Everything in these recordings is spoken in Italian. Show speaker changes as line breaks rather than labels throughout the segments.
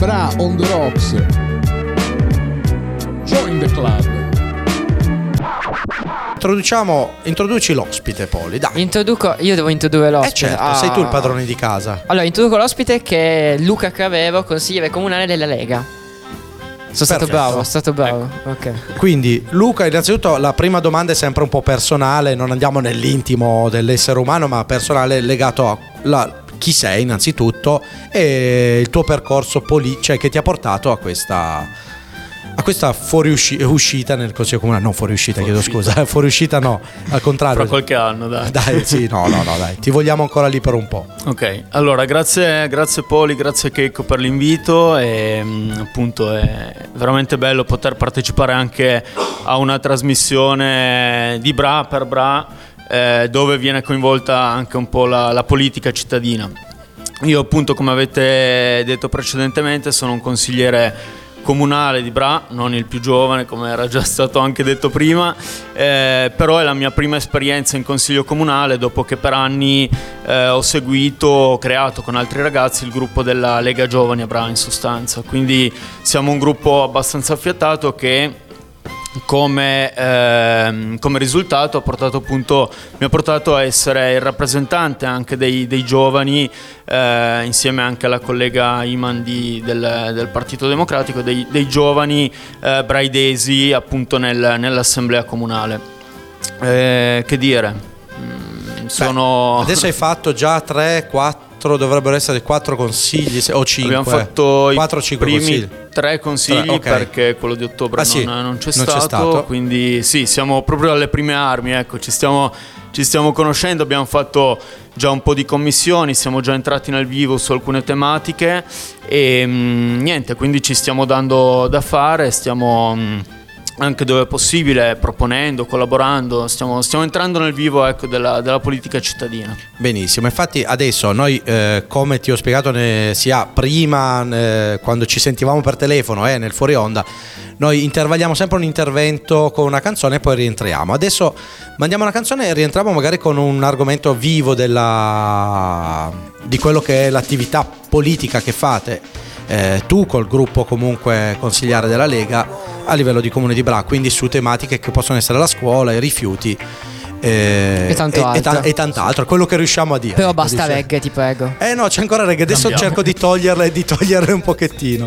Bra on the rocks. Join the club.
Introduci l'ospite, Poli, dai.
Io devo introdurre l'ospite.
Certo, sei tu il padrone di casa.
Allora, introduco l'ospite, che è Luca Cravero, consigliere comunale della Lega. Sono stato bravo. Ok.
Quindi, Luca, innanzitutto la prima domanda è sempre un po' personale, non andiamo nell'intimo dell'essere umano, ma personale, legato a chi sei innanzitutto e il tuo percorso cioè che ti ha portato a questa fuoriuscita nel Consiglio Comunale. Non fuoriuscita, chiedo scusa. Fuoriuscita no, al contrario.
Fra qualche anno, dai.
Dai, sì, no, dai. Ti vogliamo ancora lì per un po'.
Ok, allora grazie Poli, grazie Cheiko per l'invito e appunto è veramente bello poter partecipare anche a una trasmissione di Bra per Bra, dove viene coinvolta anche un po' la politica cittadina. Io appunto, come avete detto precedentemente, sono un consigliere comunale di Bra, non il più giovane come era già stato anche detto prima, però è la mia prima esperienza in consiglio comunale, dopo che per anni ho creato con altri ragazzi il gruppo della Lega Giovani a Bra, in sostanza. Quindi siamo un gruppo abbastanza affiatato che come risultato mi ha portato a essere il rappresentante anche dei giovani, insieme anche alla collega Iman del Partito Democratico, dei giovani braidesi appunto nell'assemblea comunale. Che dire,
adesso hai fatto già 3-4, dovrebbero essere 4 consigli o 5.
Abbiamo fatto
4-5
i primi
consigli.
3 consigli, okay, perché quello di ottobre non c'è stato, quindi sì, siamo proprio alle prime armi, ecco, ci stiamo conoscendo, abbiamo fatto già un po' di commissioni, siamo già entrati nel vivo su alcune tematiche e niente, quindi ci stiamo dando da fare, stiamo anche dove è possibile proponendo, collaborando, stiamo entrando nel vivo, ecco, della politica cittadina.
Benissimo, infatti adesso noi come ti ho spiegato sia prima quando ci sentivamo per telefono e nel fuori onda, noi intervalliamo sempre un intervento con una canzone e poi rientriamo. Adesso mandiamo una canzone e rientriamo magari con un argomento vivo di quello che è l'attività politica che fate tu col gruppo comunque consigliare della Lega a livello di Comune di Bra, quindi su tematiche che possono essere la scuola, i rifiuti e tanto altro, quello che riusciamo a dire.
Però basta reggae, ti prego.
No, c'è ancora reggae, adesso cerco di toglierle un pochettino.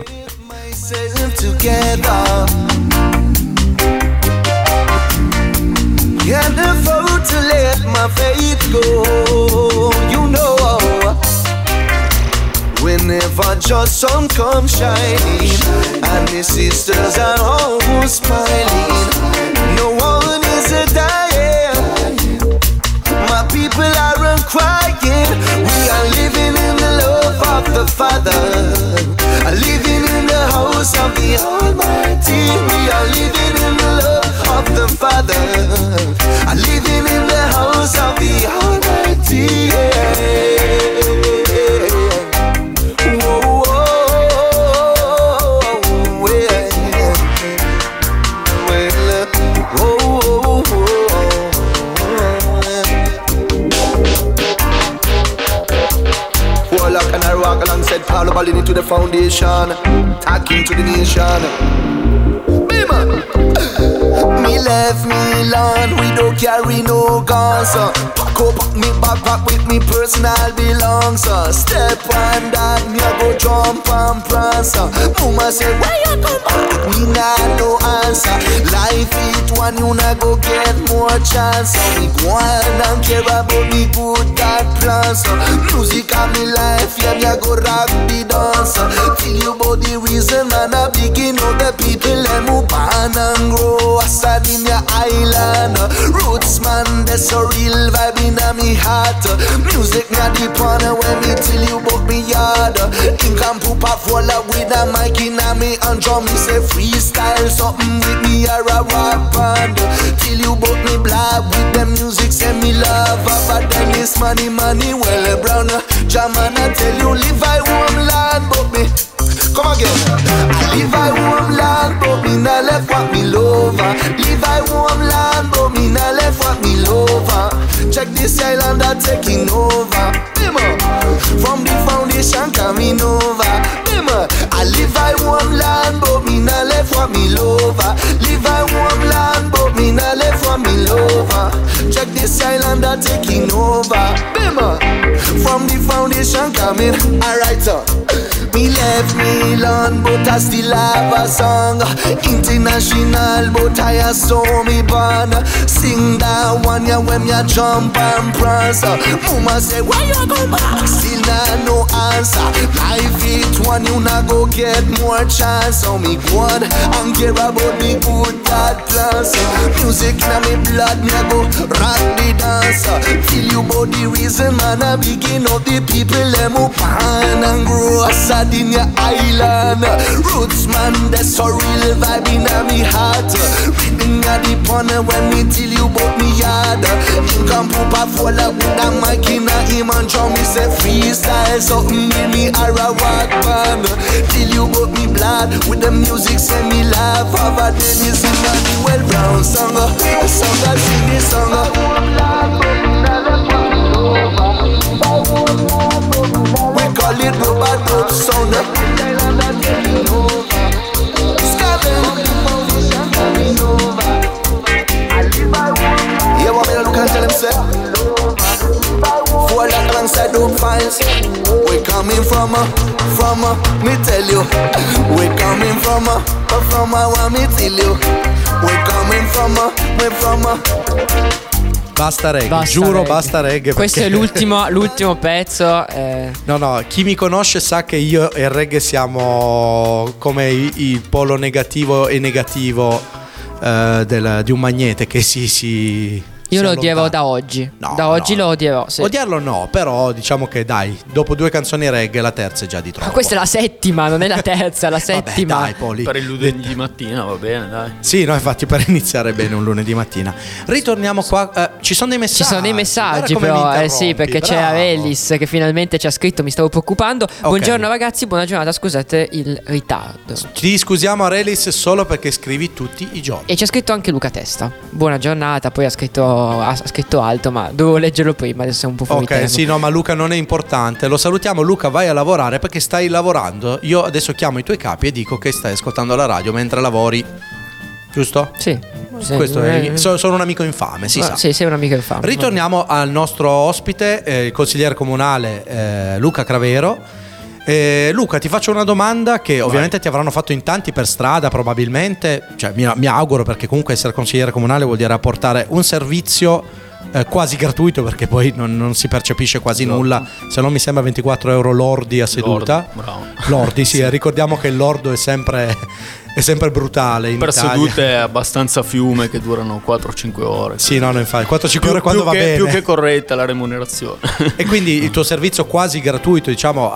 Can't afford to let my faith go, you know. Whenever just sun comes shining and the sisters are almost smiling, no one is dying, my people aren't crying. We are living in the love of the Father, living in the house of the Almighty. We are living in the love of the Father, living in the house of the Almighty. Alongside Paulo Ballini to the foundation, talking to the nation. Bima! Me left me land, we don't carry no guns. Pack up me backpack with me personal belongs. Step on that, me a go jump and prance. Mama say, why you come back? Me not no answer. Life it one, you not go get more chance. Me go on and care about me good that plans. Music and me life, yeah, me a go rock the dance. Tell you about the reason and I begin of the people let move on and grow. Aside in your island, roots man, that's a real vibe in me heart. Music me a deep on when me tell you about me yard. Ink and poop a fall with a mic in me and drum. Me say freestyle something with me or a rock band. Tell you about me black with the music, say me love. But then this money, well brown. Jaman I tell you live I warm land, but me come again. I live I warm land, but me not left what me love. Live I warm land, but me not left what me love. Check this island are taking over. From the foundation coming over. I I live I warm land, but me nah left for me lover. Live I warm land, but me nah left for me lover. Check this island are taking over. Bima, from the foundation coming. Alright, so me left Milan, but I still have a song. International, but I saw me born. Sing that one, yeah, when ya jump and prance. Mama say, why you go back? Still nah no answer. Life it one, you nah go get more chance. So me go on and care about the good God plans. Music in me blood, me a go rock the dance. Tell you about the reason, man, I begin of the people, them up and grow sad in your island. Roots, man, that's a real vibe in me heart. Reading at the corner when me tell you about me yard. You can poop a fall up with a mic in a him and drum. Me say freestyle, something with me or a rock band. Tell you about me blood with the music, send me laugh. Over then you sing a Well Brown song. The song I sing this song. We call it robot pop sound. Yeah, what me look and tell him say for that alongside dope files. We coming from me tell you. We coming from what me tell you. We coming from
Basta reggae, giuro
reggae.
basta reggae.
Questo
perché-
è l'ultimo pezzo.
No, chi mi conosce sa che io e il reggae siamo come il polo negativo e negativo di un magnete che si
Io lo
allontana.
odierò da oggi.
No,
da oggi
no.
lo odierò. Sì.
Odiarlo no, però diciamo che dai, dopo 2 canzoni reggae la terza è già di troppo.
Ma questa è la settima, non è la terza, la settima.
Vabbè, dai, Poli.
Per il lunedì mattina va bene, dai.
Sì, no, infatti per iniziare bene un lunedì mattina. Ritorniamo qua. Ci sono dei messaggi.
Ci sono dei messaggi,
Guarda come mi
però.
interrompi,
Sì, perché c'era
bravo.
Elis che finalmente ci ha scritto. Mi stavo preoccupando. Buongiorno ragazzi, buona giornata. Scusate il ritardo.
Ti scusiamo, Arelis, solo perché scrivi tutti i giorni.
E ci ha scritto anche Luca Testa. Buona giornata. Poi ha scritto alto, ma dovevo leggerlo prima. Adesso è un po' fuori
Ok,
tempo.
sì, no, ma Luca non è importante. Lo salutiamo, Luca, vai a lavorare perché stai lavorando. Io adesso chiamo i tuoi capi e dico che stai ascoltando la radio mentre lavori. Giusto?
Sì.
Questo sono un amico infame, si sa.
Sì, sei un amico infame.
Ritorniamo al nostro ospite, il consigliere comunale Luca Cravero. Luca, ti faccio una domanda che ovviamente ti avranno fatto in tanti per strada probabilmente, cioè mi auguro, perché comunque essere consigliere comunale vuol dire apportare un servizio quasi gratuito, perché poi non si percepisce quasi nulla, se non mi sembra 24 euro lordi a seduta. Lordi, sì, ricordiamo che il lordo è sempre brutale in
Per
Italia.
sedute abbastanza fiume che durano 4-5 ore.
Sì, no, infatti 4-5 ore quando va bene.
Più che corretta la remunerazione.
E quindi il tuo servizio quasi gratuito, diciamo,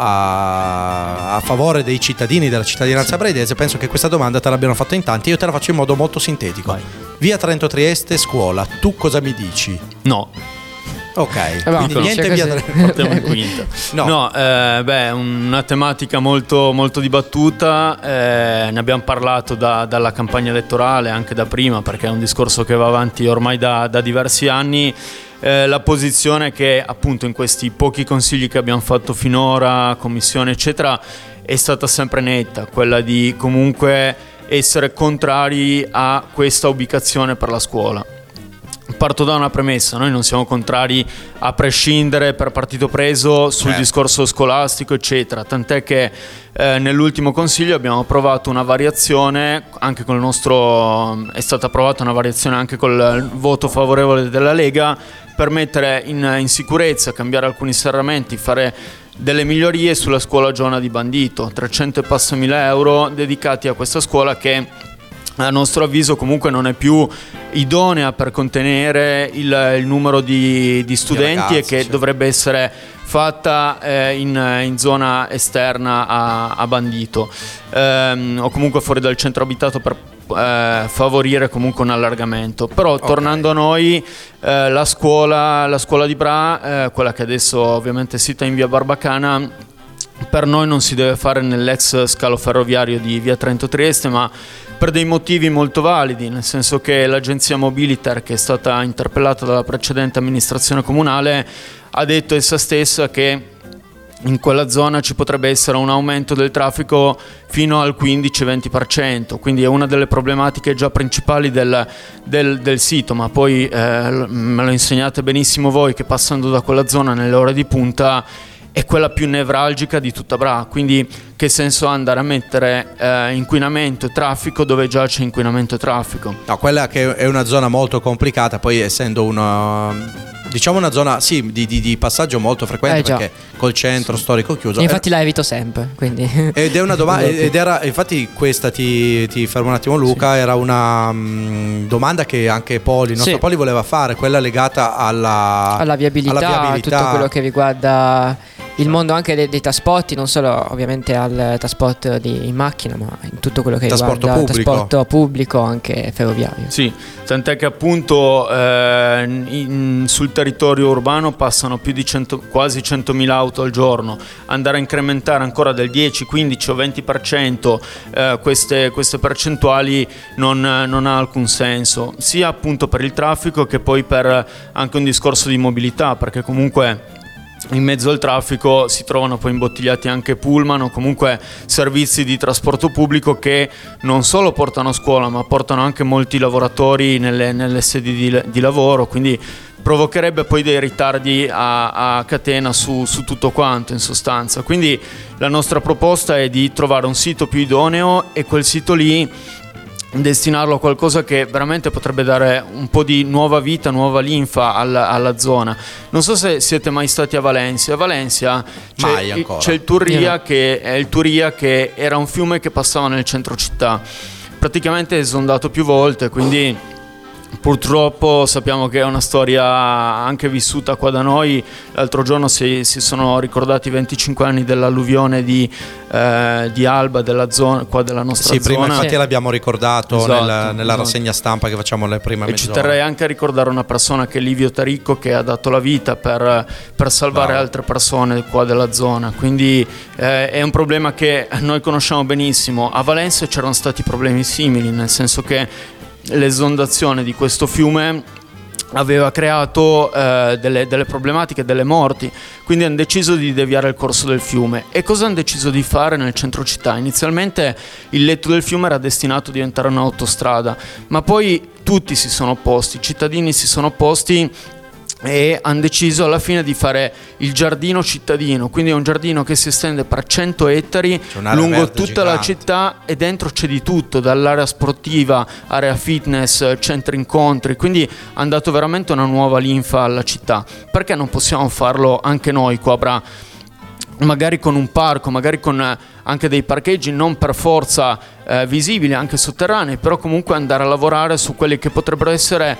a favore dei cittadini della cittadinanza abruzzese, penso che questa domanda te l'abbiano fatta in tanti. Io te la faccio in modo molto sintetico.
Vai.
Via Trento Trieste, scuola, tu cosa mi dici?
No.
Ok,
Vabbè,
quindi niente
cioè
via
così.
Trento.
Partiamo in quinta.
No.
Una tematica molto, molto dibattuta. Ne abbiamo parlato dalla campagna elettorale, anche da prima, perché è un discorso che va avanti ormai da diversi anni. La posizione è che appunto in questi pochi consigli che abbiamo fatto finora, commissione eccetera, è stata sempre netta, quella di comunque essere contrari a questa ubicazione per la scuola. Parto da una premessa: noi non siamo contrari a prescindere per partito preso sul discorso scolastico eccetera, tant'è che nell'ultimo consiglio abbiamo approvato una variazione anche con il nostro, è stata approvata una variazione anche col voto favorevole della Lega, per mettere in sicurezza, cambiare alcuni serramenti, fare delle migliorie sulla scuola Giona di Bandito, 300 e passa mila euro dedicati a questa scuola che a nostro avviso comunque non è più idonea per contenere il numero di studenti,
ragazzi,
e che
sì,
dovrebbe essere fatta in zona esterna a Bandito, o comunque fuori dal centro abitato, per favorire comunque un allargamento. Però tornando a noi, la scuola di Bra, quella che adesso ovviamente sita in via Barbacana, per noi non si deve fare nell'ex scalo ferroviario di via Trento Trieste, ma per dei motivi molto validi, nel senso che l'agenzia Mobiliter, che è stata interpellata dalla precedente amministrazione comunale, ha detto essa stessa che in quella zona ci potrebbe essere un aumento del traffico fino al 15-20%, quindi è una delle problematiche già principali del sito, ma poi me lo insegnate benissimo voi che passando da quella zona nelle ore di punta è quella più nevralgica di tutta Bra, quindi che senso ha andare a mettere inquinamento e traffico dove già c'è inquinamento e traffico?
No, quella che è una zona molto complicata, poi essendo una zona di passaggio molto frequente, perché col centro storico chiuso.
E infatti la evito sempre, quindi.
Ed è una domanda, ed era infatti questa, ti fermo un attimo Luca, era una domanda che anche il nostro Poli voleva fare, quella legata alla viabilità,
tutto quello che riguarda il mondo anche dei trasporti, non solo ovviamente al trasporto in macchina, ma in tutto quello che riguarda il trasporto pubblico, anche ferroviario.
Sì, tant'è che appunto sul territorio urbano passano più di quasi 100.000 auto al giorno. Andare a incrementare ancora del 10, 15 o 20% queste percentuali non ha alcun senso, sia appunto per il traffico che poi per anche un discorso di mobilità, perché comunque in mezzo al traffico si trovano poi imbottigliati anche pullman o comunque servizi di trasporto pubblico che non solo portano a scuola ma portano anche molti lavoratori nelle sedi di lavoro, quindi provocherebbe poi dei ritardi a catena su tutto quanto in sostanza. Quindi la nostra proposta è di trovare un sito più idoneo e quel sito lì destinarlo a qualcosa che veramente potrebbe dare un po' di nuova vita, nuova linfa alla zona. Non so se siete mai stati a Valencia. A Valencia c'è il Turria, che è il Turia, che era un fiume che passava nel centro città, praticamente è esondato più volte, quindi purtroppo sappiamo che è una storia anche vissuta qua da noi. L'altro giorno si sono ricordati 25 anni dell'alluvione di Alba, della zona qua della nostra zona.
Prima infatti l'abbiamo ricordato,
esatto,
nella rassegna stampa che facciamo le prime mezz'ora.
E ci terrei anche a ricordare una persona che è Livio Taricco, che ha dato la vita per salvare altre persone qua della zona, quindi è un problema che noi conosciamo benissimo. A Valencia c'erano stati problemi simili, nel senso che l'esondazione di questo fiume aveva creato delle problematiche, delle morti, quindi hanno deciso di deviare il corso del fiume. E cosa hanno deciso di fare nel centro città? Inizialmente il letto del fiume era destinato a diventare un'autostrada, ma poi tutti si sono opposti, i cittadini si sono opposti e hanno deciso alla fine di fare il giardino cittadino, quindi è un giardino che si estende per 100 ettari lungo tutta la città, e dentro c'è di tutto, dall'area sportiva, area fitness, centri incontri, quindi hanno dato veramente una nuova linfa alla città. Perché non possiamo farlo anche noi qua a Bra? Magari con un parco, magari con anche dei parcheggi non per forza visibili, anche sotterranei, però comunque andare a lavorare su quelli che potrebbero essere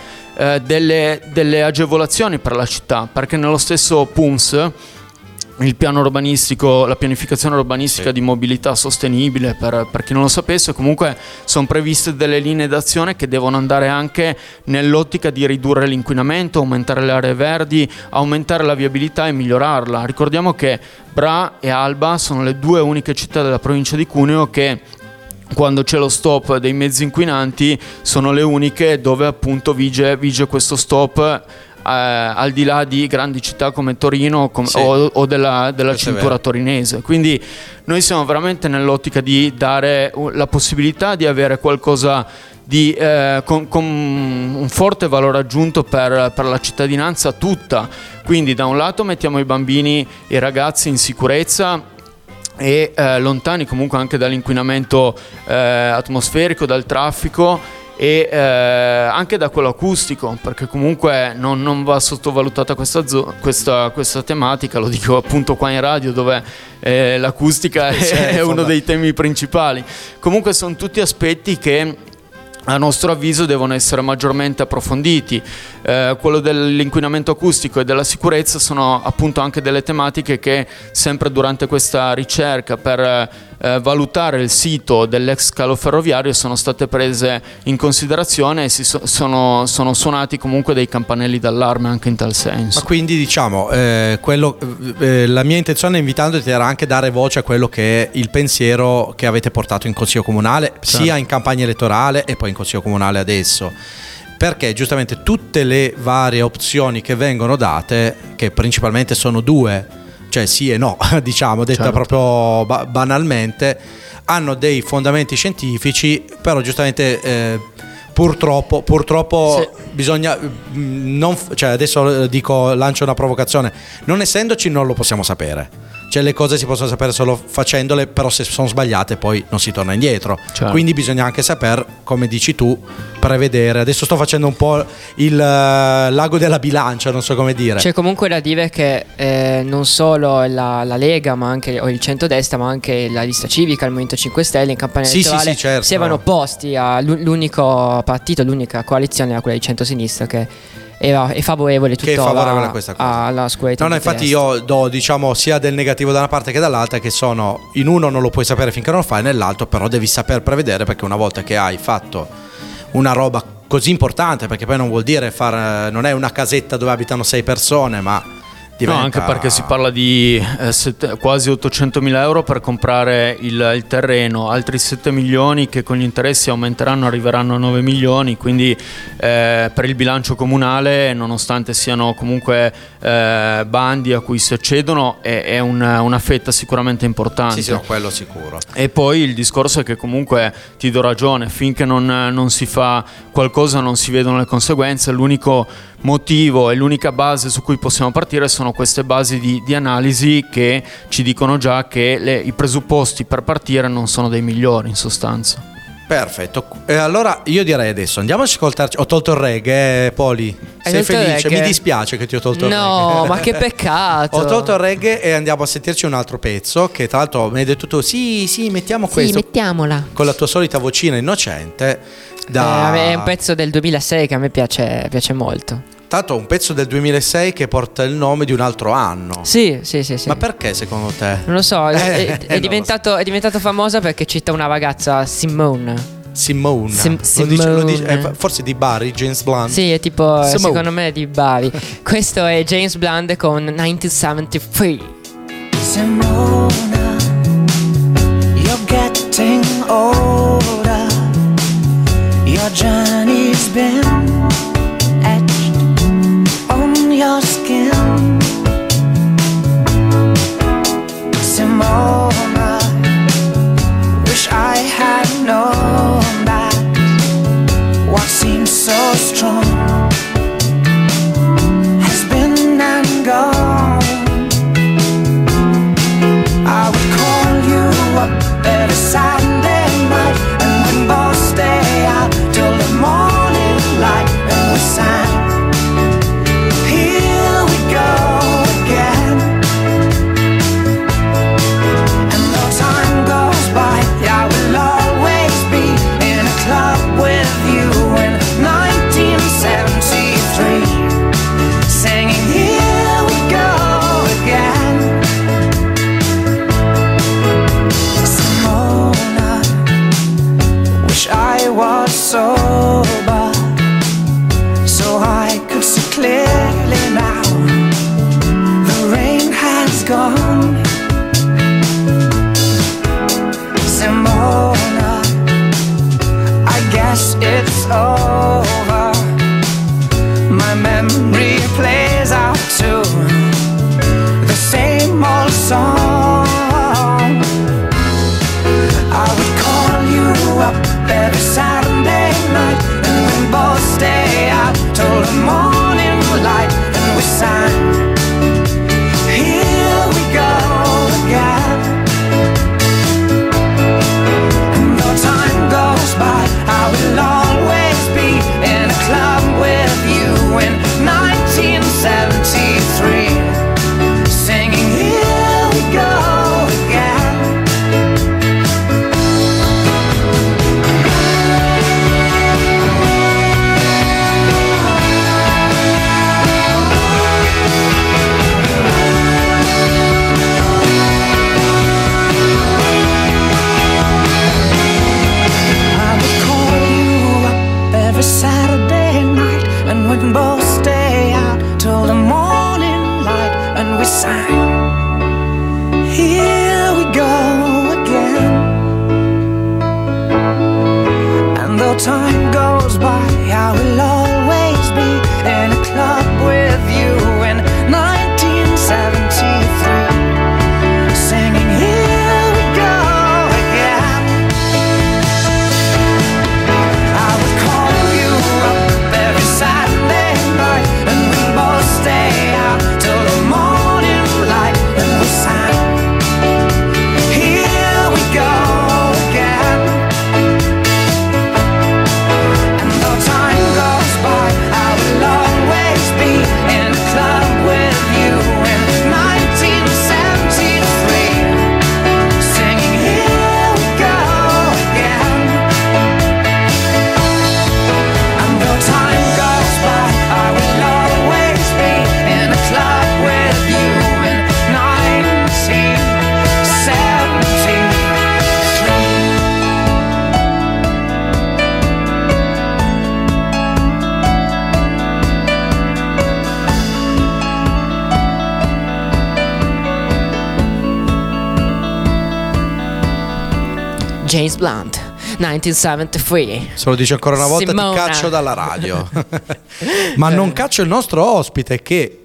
delle agevolazioni per la città, perché nello stesso PUMS, il piano urbanistico, la pianificazione urbanistica di mobilità sostenibile, per chi non lo sapesse, comunque sono previste delle linee d'azione che devono andare anche nell'ottica di ridurre l'inquinamento, aumentare le aree verdi, aumentare la viabilità e migliorarla. Ricordiamo che Bra e Alba sono le due uniche città della provincia di Cuneo che, quando c'è lo stop dei mezzi inquinanti, sono le uniche dove appunto vige questo stop, al di là di grandi città come Torino o della cintura torinese. Quindi noi siamo veramente nell'ottica di dare la possibilità di avere qualcosa di con un forte valore aggiunto per la cittadinanza tutta. Quindi da un lato mettiamo i bambini e i ragazzi in sicurezza e lontani comunque anche dall'inquinamento atmosferico, dal traffico, e anche da quello acustico, perché comunque non va sottovalutata questa tematica. Lo dico appunto qua in radio, dove l'acustica è uno dei temi principali. Comunque sono tutti aspetti che a nostro avviso devono essere maggiormente approfonditi. Quello dell'inquinamento acustico e della sicurezza sono appunto anche delle tematiche che sempre durante questa ricerca per valutare il sito dell'ex scalo ferroviario sono state prese in considerazione e sono suonati comunque dei campanelli d'allarme anche in tal senso.
Ma quindi diciamo la mia intenzione invitandoti era anche dare voce a quello che è il pensiero che avete portato in Consiglio Comunale, sia in campagna elettorale e poi in Consiglio Comunale adesso, perché giustamente tutte le varie opzioni che vengono date, che principalmente sono due, cioè sì e no, diciamo, detta proprio banalmente, hanno dei fondamenti scientifici, però giustamente purtroppo sì. Bisogna cioè adesso lancio una provocazione, non essendoci non lo possiamo sapere. Cioè le cose si possono sapere solo facendole, però se sono sbagliate poi non si torna indietro.
Certo.
Quindi bisogna anche saper, come dici tu, prevedere. Adesso sto facendo un po' il l'ago della bilancia, non so come dire.
C'è comunque da dire che non solo la Lega, ma anche o il centrodestra, ma anche la lista civica, il Movimento 5 Stelle in campagna elettorale
certo.
si erano opposti all'unico partito, l'unica coalizione era quella di centrosinistra che è favorevole tuttora
a questa cosa.
Alla scuola.
No, infatti io do, diciamo, sia del negativo da una parte che dall'altra, che sono, in uno non lo puoi sapere finché non lo fai, nell'altro però devi saper prevedere, perché una volta che hai fatto una roba così importante, perché poi non vuol dire non è una casetta dove abitano 6 persone, ma diventa...
No, anche perché si parla di quasi 800.000 euro per comprare il terreno, altri 7 milioni che con gli interessi aumenteranno, arriveranno a 9 milioni, quindi per il bilancio comunale, nonostante siano comunque bandi a cui si accedono, è una fetta sicuramente importante.
Sì, no, quello sicuro.
E poi il discorso è che comunque ti do ragione, finché non si fa qualcosa non si vedono le conseguenze. L'unico motivo e l'unica base su cui possiamo partire sono queste basi di analisi che ci dicono già che i presupposti per partire non sono dei migliori in sostanza.
Perfetto, allora io direi adesso andiamo ad ascoltarci. Ho tolto il reggae, Poli. Sei felice? Mi dispiace che ti ho tolto il reggae.
No, ma che peccato.
Ho tolto il reggae e andiamo a sentirci un altro pezzo, che tra l'altro mi hai detto tu sì, mettiamo questo.
Sì, mettiamola.
Con la tua solita vocina innocente.
È un pezzo del 2006 che a me piace molto.
Tanto un pezzo del 2006 che porta il nome di un altro anno.
Sì.
Ma perché secondo te?
Non lo so, è diventato famosa perché cita una ragazza, Simone.
Lo dice, forse di Bari, James Blunt.
Sì, è tipo, secondo me è di Bari. Questo è James Blunt con 1973.
Simona, you're getting older. Your journey's been your skin, Simona. Wish I had known that what seems so strong has been and gone. I would call you up every Saturday night, and we'd both stay out till the morning light, and we sang. Sober, so I could see clearly now. The rain has gone. Simona, I guess it's over. My memory plays out to the same old song. I would call you up every Saturday night, and we both stay out till the morning light, and we sang. Here we go again. And though time goes by, I will always be in a club with you in 1973, singing here we go again. Every Saturday night, and we'd both stay out till the morning light, and we sang. Here we go again. And though time goes by, I will always be in a club with you in 1973.
James Blunt, 1973.
Se lo dice ancora una volta
Simona.
ti caccio dalla radio. Ma non caccio il nostro ospite che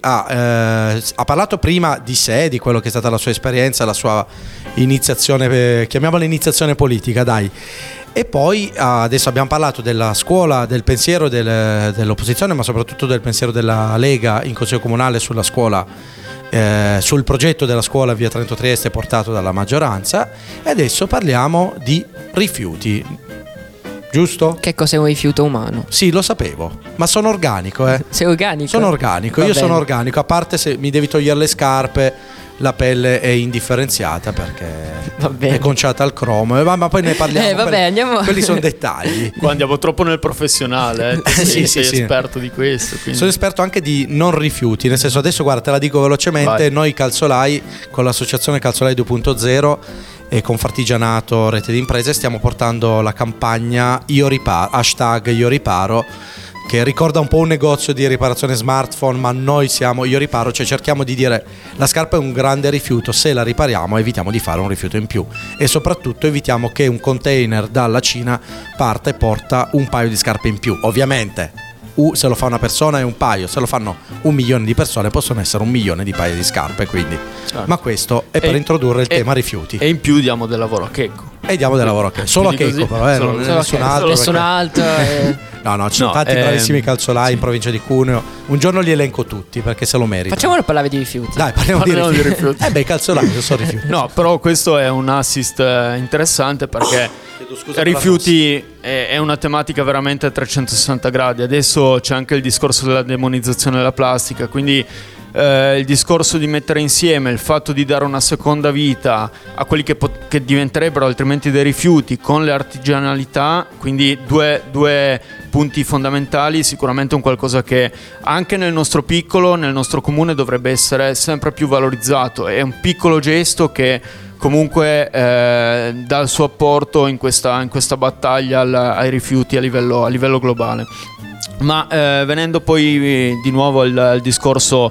ha parlato prima di sé, di quello che è stata la sua esperienza, la sua iniziazione, chiamiamola iniziazione politica, dai. E poi adesso abbiamo parlato della scuola, del pensiero dell'opposizione, ma soprattutto del pensiero della Lega in Consiglio Comunale sulla scuola, sul progetto della scuola via Trento Trieste portato dalla maggioranza. E adesso parliamo di rifiuti, giusto?
Che cos'è un rifiuto umano?
Sì, lo sapevo, ma sono organico,
Sei organico?
Sono organico,
Va
io
bene.
sono organico, a parte se mi devi togliere le scarpe, la pelle è indifferenziata perché
Va bene.
è conciata al cromo, ma poi ne parliamo.
Vabbè, andiamo.
Quelli sono dettagli.
Qua andiamo troppo nel professionale,
Sì,
sei
sì.
esperto di questo. Quindi.
Sono esperto anche di non rifiuti, nel senso, adesso guarda, te la dico velocemente.
Vai.
Noi calzolai con l'associazione Calzolai 2.0 e con Fartigianato Rete di Imprese stiamo portando la campagna Io Riparo, hashtag Io Riparo, che ricorda un po' un negozio di riparazione smartphone, ma noi siamo Io Riparo, cioè cerchiamo di dire la scarpa è un grande rifiuto, se la ripariamo evitiamo di fare un rifiuto in più e soprattutto evitiamo che un container dalla Cina parta e porta un paio di scarpe in più. Ovviamente se lo fa una persona è un paio, se lo fanno 1 milione di persone possono essere 1 milione di paia di scarpe, quindi.
Certo.
Ma questo è per introdurre il tema rifiuti.
E in più diamo del lavoro a Checco.
E diamo del lavoro solo a
Quindi
Checco,
così,
però
solo-
non
solo a
nessun
Checco,
altro.
Nessun
perché-
altro.
No, ci sono
No,
tanti bravissimi calzolai
sì.
in provincia di Cuneo. Un giorno li elenco tutti perché se lo meritano.
Facciamolo parlare di rifiuti.
Dai, parliamo
Parliamo
di
di
rifiuti.
rifiuti.
I calzolai sono rifiuti.
No, però questo è un assist interessante perché
scusa per la
rifiuti è una tematica veramente a 360 gradi. Adesso c'è anche il discorso della demonizzazione della plastica, quindi il discorso di mettere insieme il fatto di dare una seconda vita a quelli che diventerebbero altrimenti dei rifiuti con le artigianalità, quindi due punti fondamentali, sicuramente un qualcosa che anche nel nostro piccolo, nel nostro comune dovrebbe essere sempre più valorizzato. È un piccolo gesto che comunque dà il suo apporto in questa battaglia ai rifiuti a livello globale. Ma venendo poi di nuovo al discorso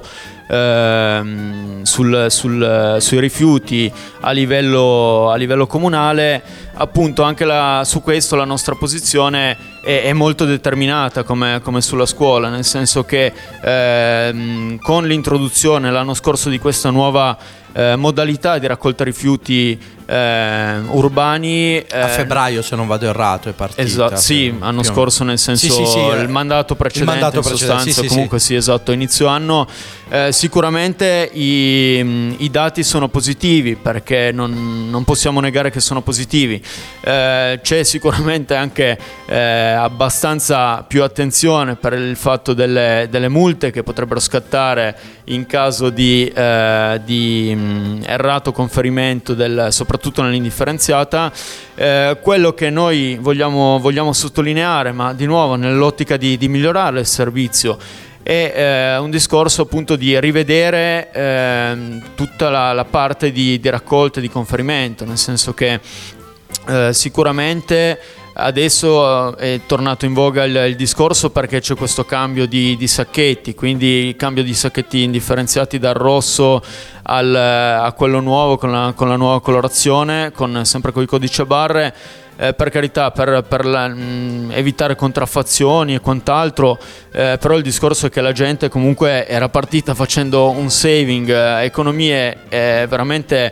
sui rifiuti a livello comunale, appunto anche su questo la nostra posizione è molto determinata come sulla scuola, nel senso che con l'introduzione l'anno scorso di questa nuova modalità di raccolta rifiuti urbani
A febbraio, se non vado errato, è partita.
esatto, sì, anno
più o
scorso, nel senso
Sì,
il mandato precedente in sostanza,
sì,
comunque sì, esatto, inizio anno. Sicuramente i dati sono positivi, perché non possiamo negare che sono positivi. C'è sicuramente anche abbastanza più attenzione per il fatto delle multe che potrebbero scattare in caso di errato conferimento soprattutto nell'indifferenziata. Quello che noi vogliamo sottolineare, ma di nuovo nell'ottica di migliorare il servizio, è un discorso appunto di rivedere tutta la parte di raccolta e di conferimento, nel senso che sicuramente adesso è tornato in voga il discorso perché c'è questo cambio di sacchetti, quindi il cambio di sacchetti indifferenziati dal rosso a quello nuovo con la nuova colorazione, sempre con i codici a barre. Per carità, per evitare contraffazioni e quant'altro, però il discorso è che la gente comunque era partita facendo un saving, economie veramente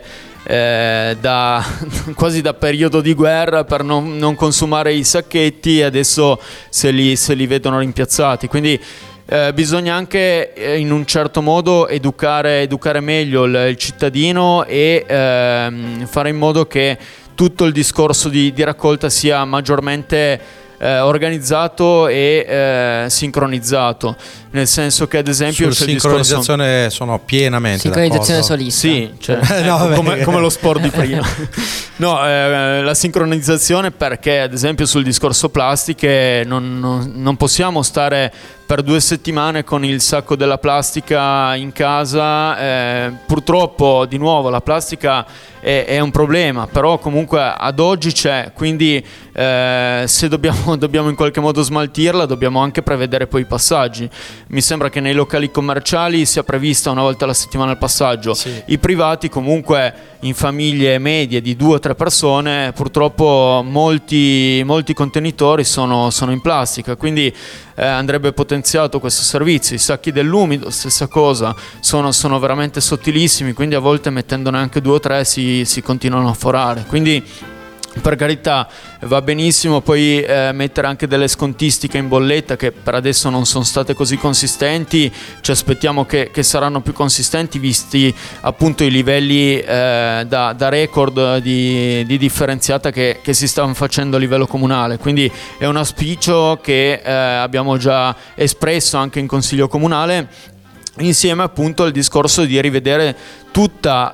quasi da periodo di guerra per non consumare i sacchetti, e adesso se li vedono rimpiazzati, quindi bisogna anche in un certo modo educare meglio il cittadino e fare in modo che tutto il discorso di raccolta sia maggiormente organizzato e sincronizzato, nel senso che ad esempio
Sul
c'è il
sincronizzazione sono pienamente
Sincronizzazione
d'accordo.
solista.
sì, cioè,
No, vabbè.
come lo sport di prima. No, la sincronizzazione, perché ad esempio sul discorso plastiche non possiamo stare per 2 settimane con il sacco della plastica in casa. Purtroppo di nuovo la plastica è un problema, però comunque ad oggi c'è, quindi se dobbiamo in qualche modo smaltirla, dobbiamo anche prevedere poi i passaggi. Mi sembra che nei locali commerciali sia prevista una volta alla settimana il passaggio, sì. I privati comunque in famiglie medie di 2 o 3 persone purtroppo molti contenitori sono in plastica, quindi andrebbe potenziato questo servizio. I sacchi dell'umido, stessa cosa, sono veramente sottilissimi, quindi a volte mettendone anche 2 o 3 si continuano a forare, quindi per carità va benissimo poi mettere anche delle scontistiche in bolletta che per adesso non sono state così consistenti, ci aspettiamo che saranno più consistenti visti appunto i livelli da record di differenziata che si stanno facendo a livello comunale, quindi è un auspicio che abbiamo già espresso anche in consiglio comunale, insieme appunto al discorso di rivedere tutte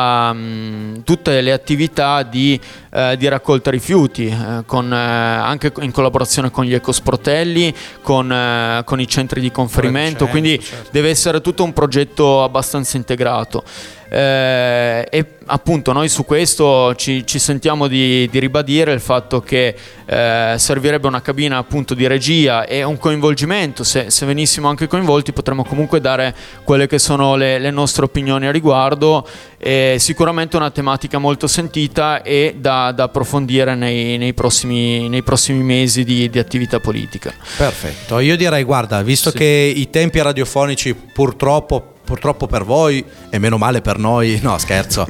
le attività di raccolta rifiuti, anche in collaborazione con gli ecosportelli, con i centri di conferimento, quindi certo. Deve essere tutto un progetto abbastanza integrato. E appunto noi su questo ci sentiamo di ribadire il fatto che servirebbe una cabina appunto di regia e un coinvolgimento. Se venissimo anche coinvolti potremmo comunque dare quelle che sono le nostre opinioni a riguardo. È sicuramente una tematica molto sentita e da approfondire nei prossimi mesi di attività politica.
Perfetto, io direi guarda, visto sì. Che i tempi radiofonici purtroppo per voi e meno male per noi, no scherzo,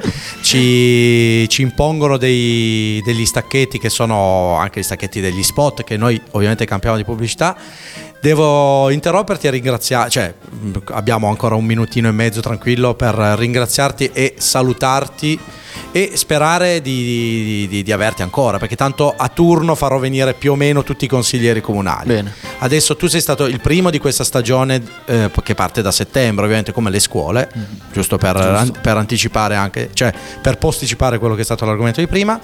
ci impongono degli stacchetti che sono anche gli stacchetti degli spot che noi ovviamente campiamo di pubblicità. Devo interromperti e ringraziare, cioè abbiamo ancora 1 minutino e mezzo tranquillo per ringraziarti e salutarti e sperare di averti ancora, perché tanto a turno farò venire più o meno tutti i consiglieri comunali.
Bene.
Adesso tu sei stato il primo di questa stagione che parte da settembre, ovviamente come le scuole, giusto per anticipare anche, cioè per posticipare quello che è stato l'argomento di prima.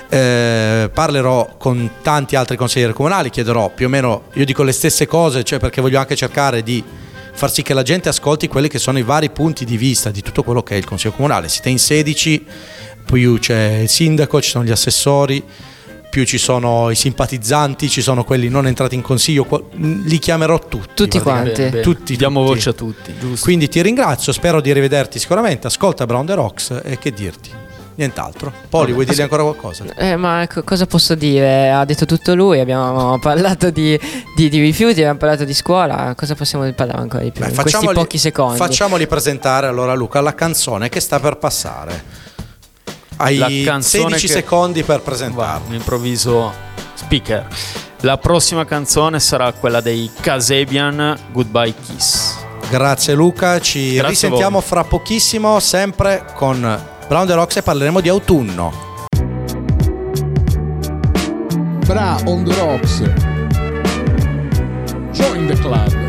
Parlerò con tanti altri consiglieri comunali, chiederò più o meno, io dico le stesse cose, cioè perché voglio anche cercare di far sì che la gente ascolti quelli che sono i vari punti di vista di tutto quello che è il Consiglio Comunale. Siete in 16, più c'è il sindaco, ci sono gli assessori, più ci sono i simpatizzanti, ci sono quelli non entrati in consiglio, li chiamerò tutti
quanti.
Tutti, diamo voce a tutti, giusto.
Quindi ti ringrazio, spero di rivederti sicuramente. Ascolta Brown the Rocks e che dirti? Nient'altro. Poli, vuoi dirgli ancora qualcosa?
Ma cosa posso dire? Ha detto tutto lui. Abbiamo parlato di rifiuti, abbiamo parlato di scuola. Cosa possiamo parlare ancora di più? In questi pochi secondi.
Facciamoli presentare allora, Luca, la canzone che sta per passare. Hai 16 secondi per presentarla.
Un improvviso speaker. La prossima canzone sarà quella dei Kasabian, Goodbye Kiss.
Grazie Luca, ci risentiamo fra pochissimo, sempre con Brown the Rocks, e parleremo di autunno.
Bra on the Rocks. Join the club.